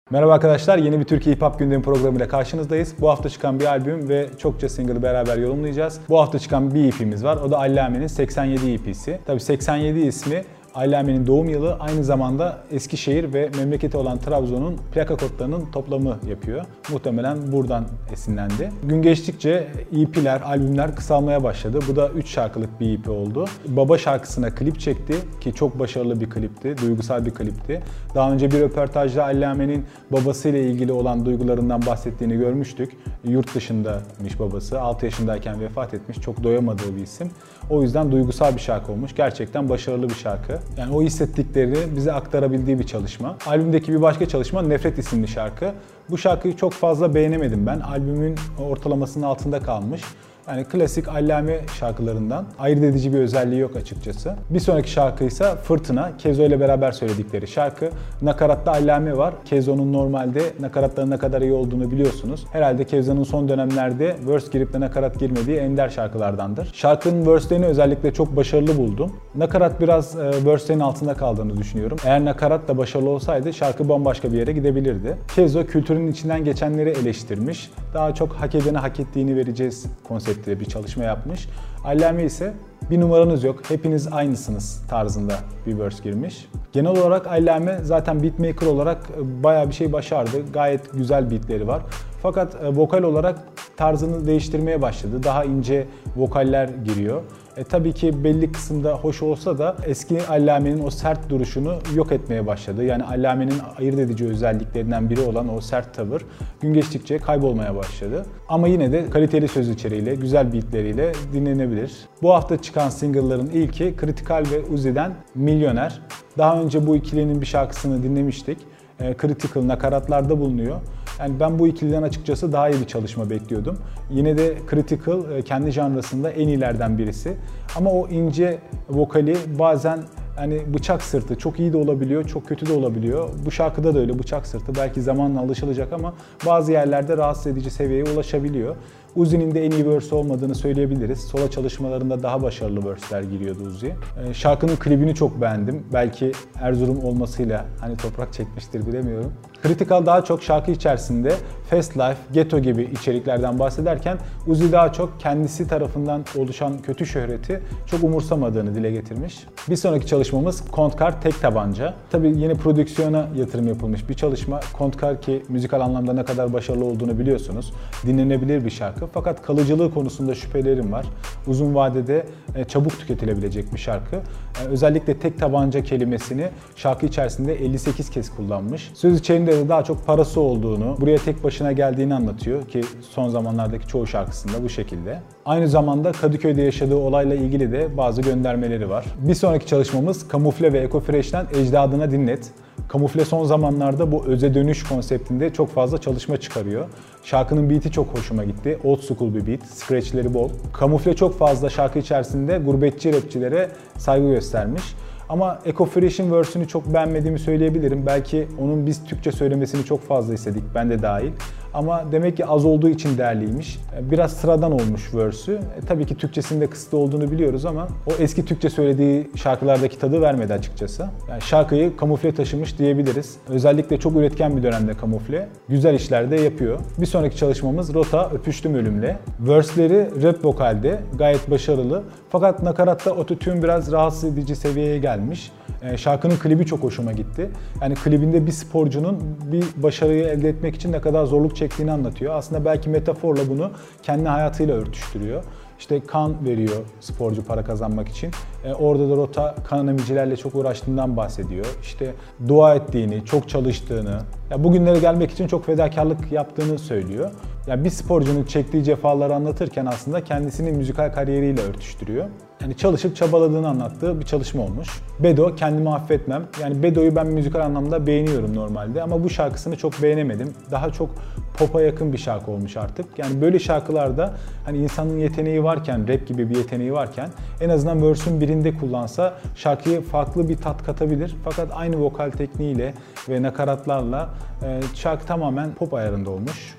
Merhaba arkadaşlar, yeni bir Türkiye Hip Hop gündemi programıyla karşınızdayız. Bu hafta çıkan bir albüm ve çokça single'ı beraber yorumlayacağız. Bu hafta çıkan bir EP'miz var, o da Allame'nin 87 EP'si. Tabii 87 ismi Allame'nin doğum yılı, aynı zamanda Eskişehir ve memleketi olan Trabzon'un plaka kodlarının toplamı yapıyor. Muhtemelen buradan esinlendi. Gün geçtikçe EP'ler, albümler kısalmaya başladı. Bu da 3 şarkılık bir EP oldu. Baba şarkısına klip çekti ki çok başarılı bir klipti, duygusal bir klipti. Daha önce bir röportajda Allame'nin babasıyla ilgili olan duygularından bahsettiğini görmüştük. Yurt dışındaymış babası, 6 yaşındayken vefat etmiş, çok doyamadığı bir isim. O yüzden duygusal bir şarkı olmuş, gerçekten başarılı bir şarkı. Yani o hissettiklerini bize aktarabildiği bir çalışma. Albümdeki bir başka çalışma Nefret isimli şarkı. Bu şarkıyı çok fazla beğenemedim ben. Albümün ortalamasının altında kalmış. Yani klasik Allame şarkılarından ayırt edici bir özelliği yok açıkçası. Bir sonraki şarkı ise Fırtına, Kezo ile beraber söyledikleri şarkı. Nakaratta Allame var. Kezo'nun normalde nakaratların ne kadar iyi olduğunu biliyorsunuz. Herhalde Kezo'nun son dönemlerde verse girip de nakarat girmediği ender şarkılardandır. Şarkının verse'lerini özellikle çok başarılı buldum. Nakarat biraz verse'lerin altında kaldığını düşünüyorum. Eğer nakarat da başarılı olsaydı şarkı bambaşka bir yere gidebilirdi. Kezo kültürün içinden geçenleri eleştirmiş. Daha çok hak edene hak ettiğini vereceğiz konsepti bir çalışma yapmış. Allame ise bir numaranız yok, hepiniz aynısınız tarzında bir verse girmiş. Genel olarak Allame zaten beatmaker olarak bayağı bir şey başardı. Gayet güzel beatleri var. Fakat vokal olarak tarzını değiştirmeye başladı. Daha ince vokaller giriyor. Tabii ki belli kısımda hoş olsa da eski Allame'nin o sert duruşunu yok etmeye başladı. Yani Allame'nin ayırt edici özelliklerinden biri olan o sert tavır gün geçtikçe kaybolmaya başladı. Ama yine de kaliteli söz içeriğiyle, güzel beatleriyle dinlenebilir. Bu hafta çıkan single'ların ilki Kritikal ve Uzi'den Milyoner. Daha önce bu ikilinin bir şarkısını dinlemiştik. Critical nakaratlarda bulunuyor. Yani ben bu ikiliden açıkçası daha iyi bir çalışma bekliyordum. Yine de Critical kendi janrasında en iyilerden birisi. Ama o ince vokali bazen hani bıçak sırtı çok iyi de olabiliyor, çok kötü de olabiliyor. Bu şarkıda da öyle bıçak sırtı. Belki zamanla alışılacak ama bazı yerlerde rahatsız edici seviyeye ulaşabiliyor. Uzi'nin de en iyi verse olmadığını söyleyebiliriz. Solo çalışmalarında daha başarılı verse'ler giriyordu Uzi. Şarkının klibini çok beğendim. Belki Erzurum olmasıyla hani toprak çekmiştir bilemiyorum. Critical daha çok şarkı içerisinde Fast Life, Ghetto gibi içeriklerden bahsederken Uzi daha çok kendisi tarafından oluşan kötü şöhreti çok umursamadığını dile getirmiş. Bir sonraki çalışmamız Kontkar Tek Tabanca. Tabii yeni prodüksiyona yatırım yapılmış bir çalışma. Kontkar ki müzikal anlamda ne kadar başarılı olduğunu biliyorsunuz. Dinlenebilir bir şarkı. Fakat kalıcılığı konusunda şüphelerim var. Uzun vadede çabuk tüketilebilecek bir şarkı. Özellikle tek tabanca kelimesini şarkı içerisinde 58 kez kullanmış. Söz içerisinde de daha çok parası olduğunu, buraya tek başına geldiğini anlatıyor ki son zamanlardaki çoğu şarkısında bu şekilde. Aynı zamanda Kadıköy'de yaşadığı olayla ilgili de bazı göndermeleri var. Bir sonraki çalışmamız Kamufle ve Eko Fresh'ten Ecdadına Dinlet. Kamufle son zamanlarda bu öze dönüş konseptinde çok fazla çalışma çıkarıyor. Şarkının beat'i çok hoşuma gitti. Old school bir beat, scratch'leri bol. Kamufle çok fazla şarkı içerisinde gurbetçi rapçilere saygı göstermiş. Ama Eko Fresh'in verse'ünü çok beğenmediğimi söyleyebilirim. Belki onun biz Türkçe söylemesini çok fazla istedik, ben de dahil. Ama demek ki az olduğu için değerliymiş. Biraz sıradan olmuş verse'ü. Tabii ki Türkçesinde kısıtlı olduğunu biliyoruz ama o eski Türkçe söylediği şarkılardaki tadı vermedi açıkçası. Yani şarkıyı Kamufle taşımış diyebiliriz. Özellikle çok üretken bir dönemde Kamufle. Güzel işler de yapıyor. Bir sonraki çalışmamız Rota Öpüştüm Ölümle. Verse'leri rap vokalde gayet başarılı. Fakat nakaratta ototune biraz rahatsız edici seviyeye gelmiş. Şarkının klibi çok hoşuma gitti. Yani klibinde bir sporcunun bir başarıyı elde etmek için ne kadar zorluk çektiğini anlatıyor. Aslında belki metaforla bunu kendi hayatıyla örtüştürüyor. İşte kan veriyor sporcu para kazanmak için. Orada da Rota kan emicilerle çok uğraştığından bahsediyor. İşte dua ettiğini, çok çalıştığını, ya bugünlere gelmek için çok fedakarlık yaptığını söylüyor. Ya bir sporcunun çektiği cefaları anlatırken aslında kendisini müzikal kariyeriyle örtüştürüyor. Yani çalışıp çabaladığını anlattığı bir çalışma olmuş. Bedo, Kendimi Affetmem. Yani Bedo'yu ben müzikal anlamda beğeniyorum normalde ama bu şarkısını çok beğenemedim. Daha çok pop'a yakın bir şarkı olmuş artık. Yani böyle şarkılarda hani insanın yeteneği varken, rap gibi bir yeteneği varken en azından verse'ün birinde kullansa şarkıya farklı bir tat katabilir. Fakat aynı vokal tekniğiyle ve nakaratlarla şarkı tamamen pop ayarında olmuş.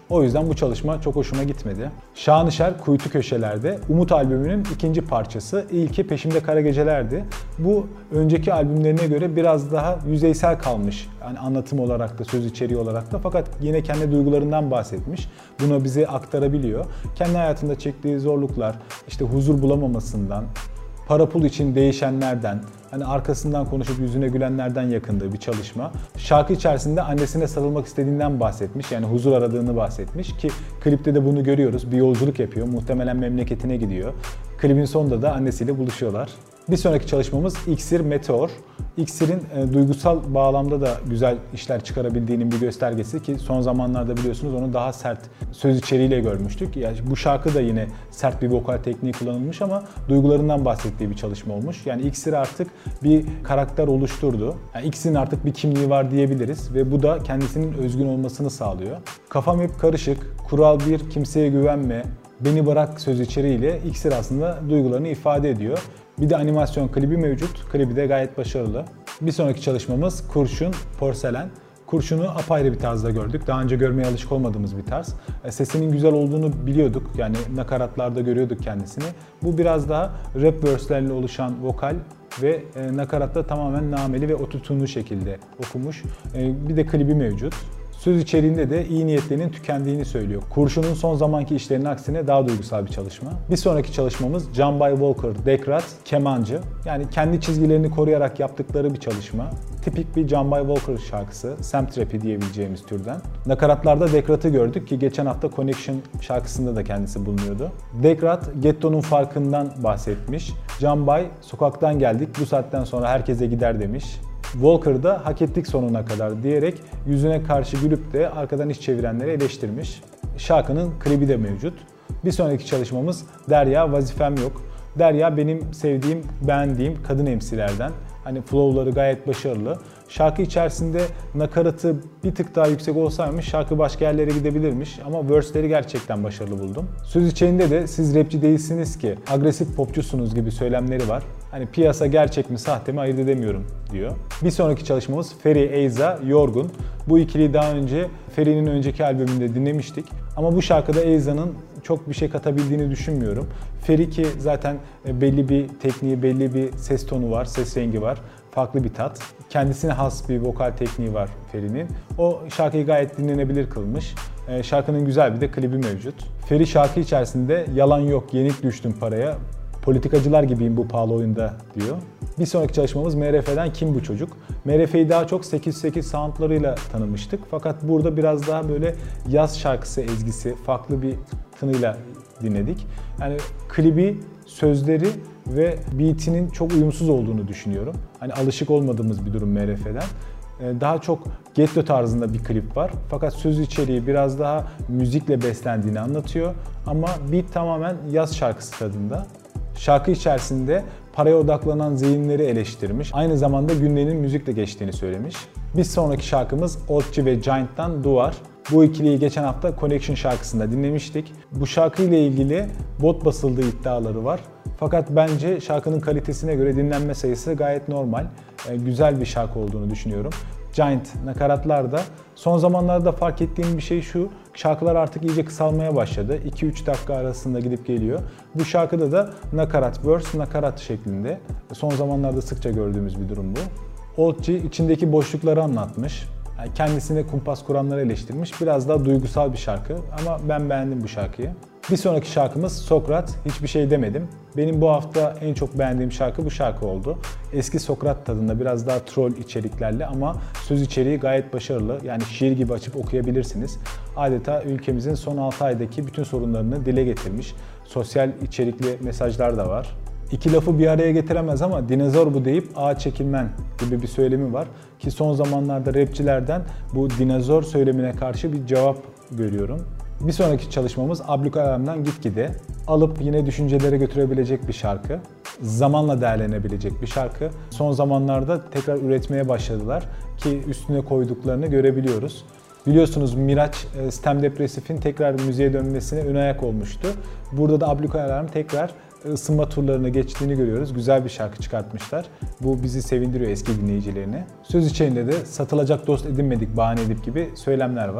O yüzden bu çalışma çok hoşuma gitmedi. Şanışer Kuytu Köşelerde Umut albümünün ikinci parçası. İlki Peşimde Kara Geceler'di. Bu önceki albümlerine göre biraz daha yüzeysel kalmış. Yani anlatım olarak da, söz içeriği olarak da, fakat yine kendi duygularından bahsetmiş. Bunu bize aktarabiliyor. Kendi hayatında çektiği zorluklar, işte huzur bulamamasından, para pul için değişenlerden, hani arkasından konuşup yüzüne gülenlerden yakındığı bir çalışma. Şarkı içerisinde annesine sarılmak istediğinden bahsetmiş. Yani huzur aradığını bahsetmiş ki klipte de bunu görüyoruz. Bir yolculuk yapıyor. Muhtemelen memleketine gidiyor. Klibin sonunda da annesiyle buluşuyorlar. Bir sonraki çalışmamız İksir Meteor. İksir'in duygusal bağlamda da güzel işler çıkarabildiğinin bir göstergesi ki son zamanlarda biliyorsunuz onu daha sert söz içeriğiyle görmüştük. Yani bu şarkı da yine sert bir vokal tekniği kullanılmış ama duygularından bahsettiği bir çalışma olmuş. Yani İksir artık bir karakter oluşturdu. Yani İksir'in artık bir kimliği var diyebiliriz ve bu da kendisinin özgün olmasını sağlıyor. Kafam hep karışık, kural bir, kimseye güvenme, beni bırak söz içeriğiyle İksir aslında duygularını ifade ediyor. Bir de animasyon klibi mevcut. Klibi de gayet başarılı. Bir sonraki çalışmamız Kurşun Porselen. Kurşun'u apayrı bir tarzda gördük. Daha önce görmeye alışık olmadığımız bir tarz. Sesinin güzel olduğunu biliyorduk. Yani nakaratlarda görüyorduk kendisini. Bu biraz daha rap verse'lerle oluşan vokal ve nakaratta tamamen nameli ve ototune'lu şekilde okumuş. Bir de klibi mevcut. Söz içeriğinde de iyi niyetlerinin tükendiğini söylüyor. Kurşun'un son zamanki işlerinin aksine daha duygusal bir çalışma. Bir sonraki çalışmamız John By Walker, Dekrat, Kemancı. Yani kendi çizgilerini koruyarak yaptıkları bir çalışma. Tipik bir John By Walker şarkısı, Sam Trap'i diyebileceğimiz türden. Nakaratlarda Dekrat'ı gördük ki geçen hafta Connection şarkısında da kendisi bulunuyordu. Dekrat, gettonun farkından bahsetmiş. John By, sokaktan geldik, bu saatten sonra herkese gider demiş. Walker'da hak ettik sonuna kadar diyerek yüzüne karşı gülüp de arkadan iş çevirenleri eleştirmiş. Şarkının klibi de mevcut. Bir sonraki çalışmamız Derya Vazifem Yok. Derya benim sevdiğim, beğendiğim kadın MC'lerden. Hani flow'ları gayet başarılı. Şarkı içerisinde nakaratı bir tık daha yüksek olsaymış şarkı başka yerlere gidebilirmiş ama verse'leri gerçekten başarılı buldum. Söz içeriğinde de siz rapçi değilsiniz ki agresif popçusunuz gibi söylemleri var. Hani piyasa gerçek mi sahte mi ayırt edemiyorum diyor. Bir sonraki çalışmamız Feri Eyza Yorgun. Bu ikiliyi daha önce Feri'nin önceki albümünde dinlemiştik. Ama bu şarkıda Eyza'nın çok bir şey katabildiğini düşünmüyorum. Feri ki zaten belli bir tekniği, belli bir ses tonu var, ses rengi var. Farklı bir tat. Kendisine has bir vokal tekniği var Feri'nin. O şarkıyı gayet dinlenebilir kılmış. Şarkının güzel bir de klibi mevcut. Feri şarkı içerisinde yalan yok, yenik düştüm paraya. Politikacılar gibiyim bu pahalı oyunda diyor. Bir sonraki çalışmamız MRF'den Kim Bu Çocuk? MRF'yi daha çok 808 soundlarıyla tanımıştık. Fakat burada biraz daha böyle yaz şarkısı ezgisi, farklı bir tınıyla dinledik. Yani klibi, sözleri ve beat'inin çok uyumsuz olduğunu düşünüyorum. Hani alışık olmadığımız bir durum MRF'den. Daha çok getto tarzında bir klip var. Fakat söz içeriği biraz daha müzikle beslendiğini anlatıyor. Ama beat tamamen yaz şarkısı tadında. Şarkı içerisinde paraya odaklanan zihinleri eleştirmiş. Aynı zamanda günlerinin müzikle geçtiğini söylemiş. Bir sonraki şarkımız Oldçi ve Giant'tan Duvar. Bu ikiliyi geçen hafta Connection şarkısında dinlemiştik. Bu şarkıyla ilgili bot basıldığı iddiaları var. Fakat bence şarkının kalitesine göre dinlenme sayısı gayet normal. Güzel bir şarkı olduğunu düşünüyorum. Giant nakaratlarda son zamanlarda fark ettiğim bir şey şu, şarkılar artık iyice kısalmaya başladı. 2-3 dakika arasında gidip geliyor. Bu şarkıda da nakarat, verse, nakarat şeklinde. Son zamanlarda sıkça gördüğümüz bir durum bu. Oldçi içindeki boşlukları anlatmış. Yani kendisine kumpas kuranları eleştirmiş. Biraz daha duygusal bir şarkı ama ben beğendim bu şarkıyı. Bir sonraki şarkımız Sokrat, Hiçbir Şey Demedim. Benim bu hafta en çok beğendiğim şarkı bu şarkı oldu. Eski Sokrat tadında biraz daha troll içeriklerle ama söz içeriği gayet başarılı. Yani şiir gibi açıp okuyabilirsiniz. Adeta ülkemizin son 6 aydaki bütün sorunlarını dile getirmiş. Sosyal içerikli mesajlar da var. İki lafı bir araya getiremez ama dinozor bu deyip ağa çekilmen gibi bir söylemi var. Ki son zamanlarda rapçilerden bu dinozor söylemine karşı bir cevap görüyorum. Bir sonraki çalışmamız Abdülkalem'den Gitgide. Alıp yine düşüncelere götürebilecek bir şarkı. Zamanla değerlenebilecek bir şarkı. Son zamanlarda tekrar üretmeye başladılar ki üstüne koyduklarını görebiliyoruz. Biliyorsunuz Miraç, Stem Depresif'in tekrar müziğe dönmesine ön ayak olmuştu. Burada da Abdülkalem tekrar ısınma turlarına geçtiğini görüyoruz. Güzel bir şarkı çıkartmışlar. Bu bizi sevindiriyor eski dinleyicilerini. Söz içerisinde de satılacak dost edinmedik bahane edip gibi söylemler var.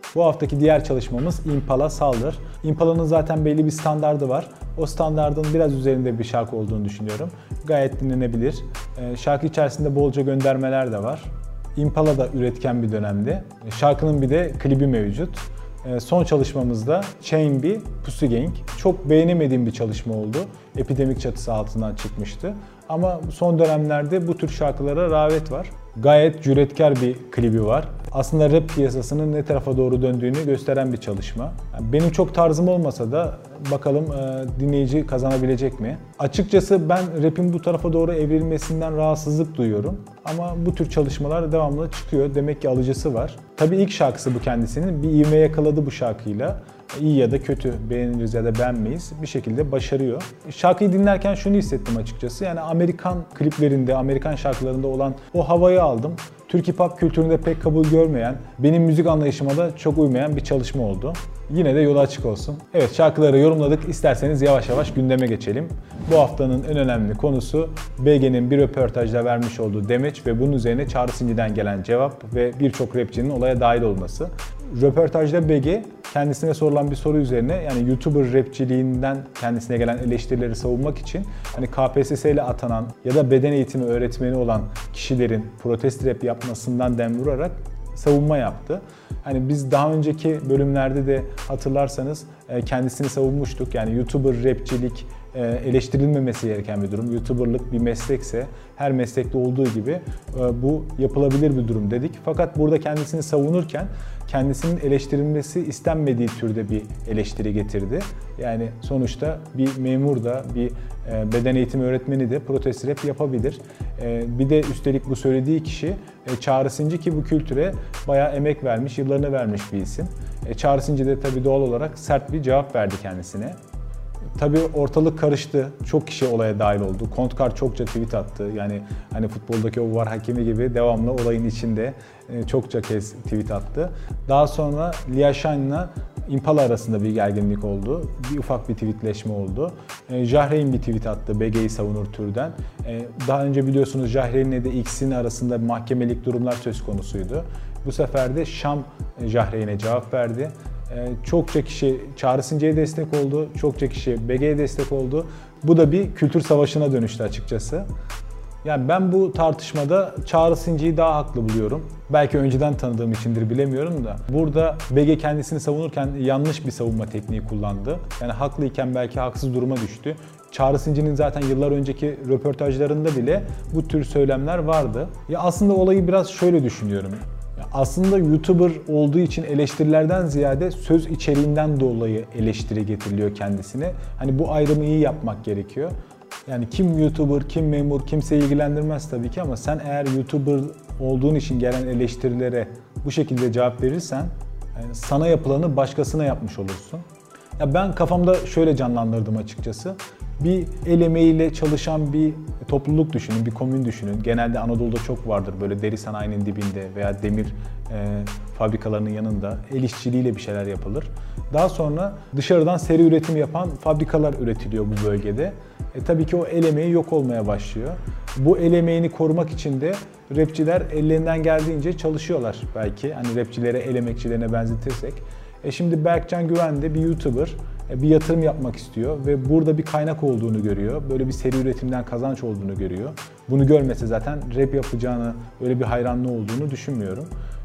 Bu haftaki diğer çalışmamız Impala Saldır. Impala'nın zaten belli bir standardı var. O standardın biraz üzerinde bir şarkı olduğunu düşünüyorum. Gayet dinlenebilir. Şarkı içerisinde bolca göndermeler de var. Impala da üretken bir dönemde. Şarkının bir de klibi mevcut. Son çalışmamızda Chain B, Pussy Gang. Çok beğenemediğim bir çalışma oldu. Epidemik çatısı altından çıkmıştı. Ama son dönemlerde bu tür şarkılara rağbet var. Gayet cüretkar bir klibi var. Aslında rap piyasasının ne tarafa doğru döndüğünü gösteren bir çalışma. Benim çok tarzım olmasa da bakalım dinleyici kazanabilecek mi? Açıkçası ben rap'in bu tarafa doğru evrilmesinden rahatsızlık duyuyorum. Ama bu tür çalışmalar devamlı çıkıyor. Demek ki alıcısı var. Tabii ilk şarkısı bu kendisinin. Bir ivme yakaladı bu şarkıyla. İyi ya da kötü, beğeniriz ya da beğenmeyiz, bir şekilde başarıyor. Şarkıyı dinlerken şunu hissettim açıkçası. Yani Amerikan kliplerinde, Amerikan şarkılarında olan o havayı aldım. Türk hip hop kültüründe pek kabul görmeyen, benim müzik anlayışıma da çok uymayan bir çalışma oldu. Yine de yolu açık olsun. Evet, şarkıları yorumladık. İsterseniz yavaş yavaş gündeme geçelim. Bu haftanın en önemli konusu BG'nin bir röportajda vermiş olduğu demeç ve bunun üzerine Çağrı Sıncı'dan gelen cevap ve birçok rapçinin olaya dahil olması. Röportajda BG kendisine sorulan bir soru üzerine, yani YouTuber rapçiliğinden kendisine gelen eleştirileri savunmak için hani KPSS ile atanan ya da beden eğitimi öğretmeni olan kişilerin protest rap yapmasından dem vurarak savunma yaptı. Hani biz daha önceki bölümlerde de hatırlarsanız kendisini savunmuştuk. Yani YouTuber rapçilik eleştirilmemesi gereken bir durum. YouTuber'lık bir meslekse her meslekte olduğu gibi bu yapılabilir bir durum dedik. Fakat burada kendisini savunurken kendisinin eleştirilmesi istenmediği türde bir eleştiri getirdi. Yani sonuçta bir memur da, bir beden eğitimi öğretmeni de protest rap yapabilir. Bir de üstelik bu söylediği kişi Çağrı Sıncı, ki bu kültüre bayağı emek vermiş, yıllarını vermiş bir isim. Çağrı Sıncı de tabii doğal olarak sert bir cevap verdi kendisine. Tabii ortalık karıştı. Çok kişi olaya dahil oldu. Kontkar çokça tweet attı. Yani hani futboldaki o VAR hakemi gibi devamlı olayın içinde çokça kez tweet attı. Daha sonra Lia Shine'la Impala arasında bir gerginlik oldu. Bir ufak bir tweetleşme oldu. Jahreyn bir tweet attı BG'yi savunur türden. Daha önce biliyorsunuz Jahreyn'le de X'in arasında mahkemelik durumlar söz konusuydu. Bu sefer de Şam Jahreyn'e cevap verdi. Çokça kişi Çağrı Sıncı'ya destek oldu, çokça kişi BG'ye destek oldu. Bu da bir kültür savaşına dönüştü açıkçası. Yani ben bu tartışmada Çağrı Sıncı'yı daha haklı buluyorum. Belki önceden tanıdığım içindir, bilemiyorum da. Burada BG kendisini savunurken yanlış bir savunma tekniği kullandı. Yani haklıyken belki haksız duruma düştü. Çağrı Sıncı'nın zaten yıllar önceki röportajlarında bile bu tür söylemler vardı. Ya aslında olayı biraz şöyle düşünüyorum. Aslında YouTuber olduğu için eleştirilerden ziyade söz içeriğinden dolayı eleştiri getiriliyor kendisine. Hani bu ayrımı iyi yapmak gerekiyor. Yani kim YouTuber, kim memur, kimse ilgilendirmez tabii ki, ama sen eğer YouTuber olduğun için gelen eleştirilere bu şekilde cevap verirsen sana yapılanı başkasına yapmış olursun. Ya ben kafamda şöyle canlandırdım açıkçası. Bir el emeğiyle çalışan bir topluluk düşünün, bir komün düşünün. Genelde Anadolu'da çok vardır böyle deri sanayinin dibinde veya demir fabrikalarının yanında el işçiliğiyle bir şeyler yapılır. Daha sonra dışarıdan seri üretim yapan fabrikalar üretiliyor bu bölgede. Tabii ki o el emeği yok olmaya başlıyor. Bu el emeğini korumak için de rapçiler ellerinden geldiğince çalışıyorlar belki. Hani rapçilere el emekçilerine benzetirsek. Şimdi Berkcan Güven de bir YouTuber. Bir yatırım yapmak istiyor ve burada bir kaynak olduğunu görüyor. Böyle bir seri üretimden kazanç olduğunu görüyor. Bunu görmese zaten rap yapacağını, öyle bir hayranlığı olduğunu düşünmüyorum.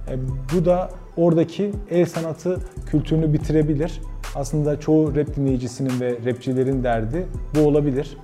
Bu da oradaki el sanatı kültürünü bitirebilir. Aslında çoğu rap dinleyicisinin ve rapçilerin derdi bu olabilir.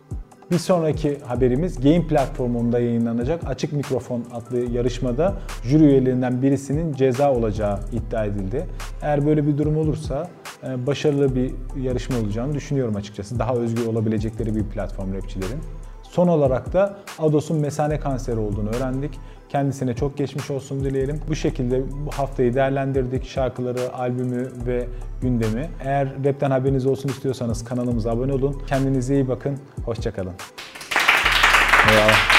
Bir sonraki haberimiz Game platformunda yayınlanacak Açık Mikrofon adlı yarışmada jüri üyelerinden birisinin ceza olacağı iddia edildi. Eğer böyle bir durum olursa başarılı bir yarışma olacağını düşünüyorum açıkçası. Daha özgür olabilecekleri bir platform rapçilerin. Son olarak da Ados'un mesane kanseri olduğunu öğrendik. Kendisine çok geçmiş olsun dileyelim. Bu şekilde bu haftayı değerlendirdik. Şarkıları, albümü ve gündemi. Eğer rapten haberiniz olsun istiyorsanız kanalımıza abone olun. Kendinize iyi bakın. Hoşça kalın. Eyvallah.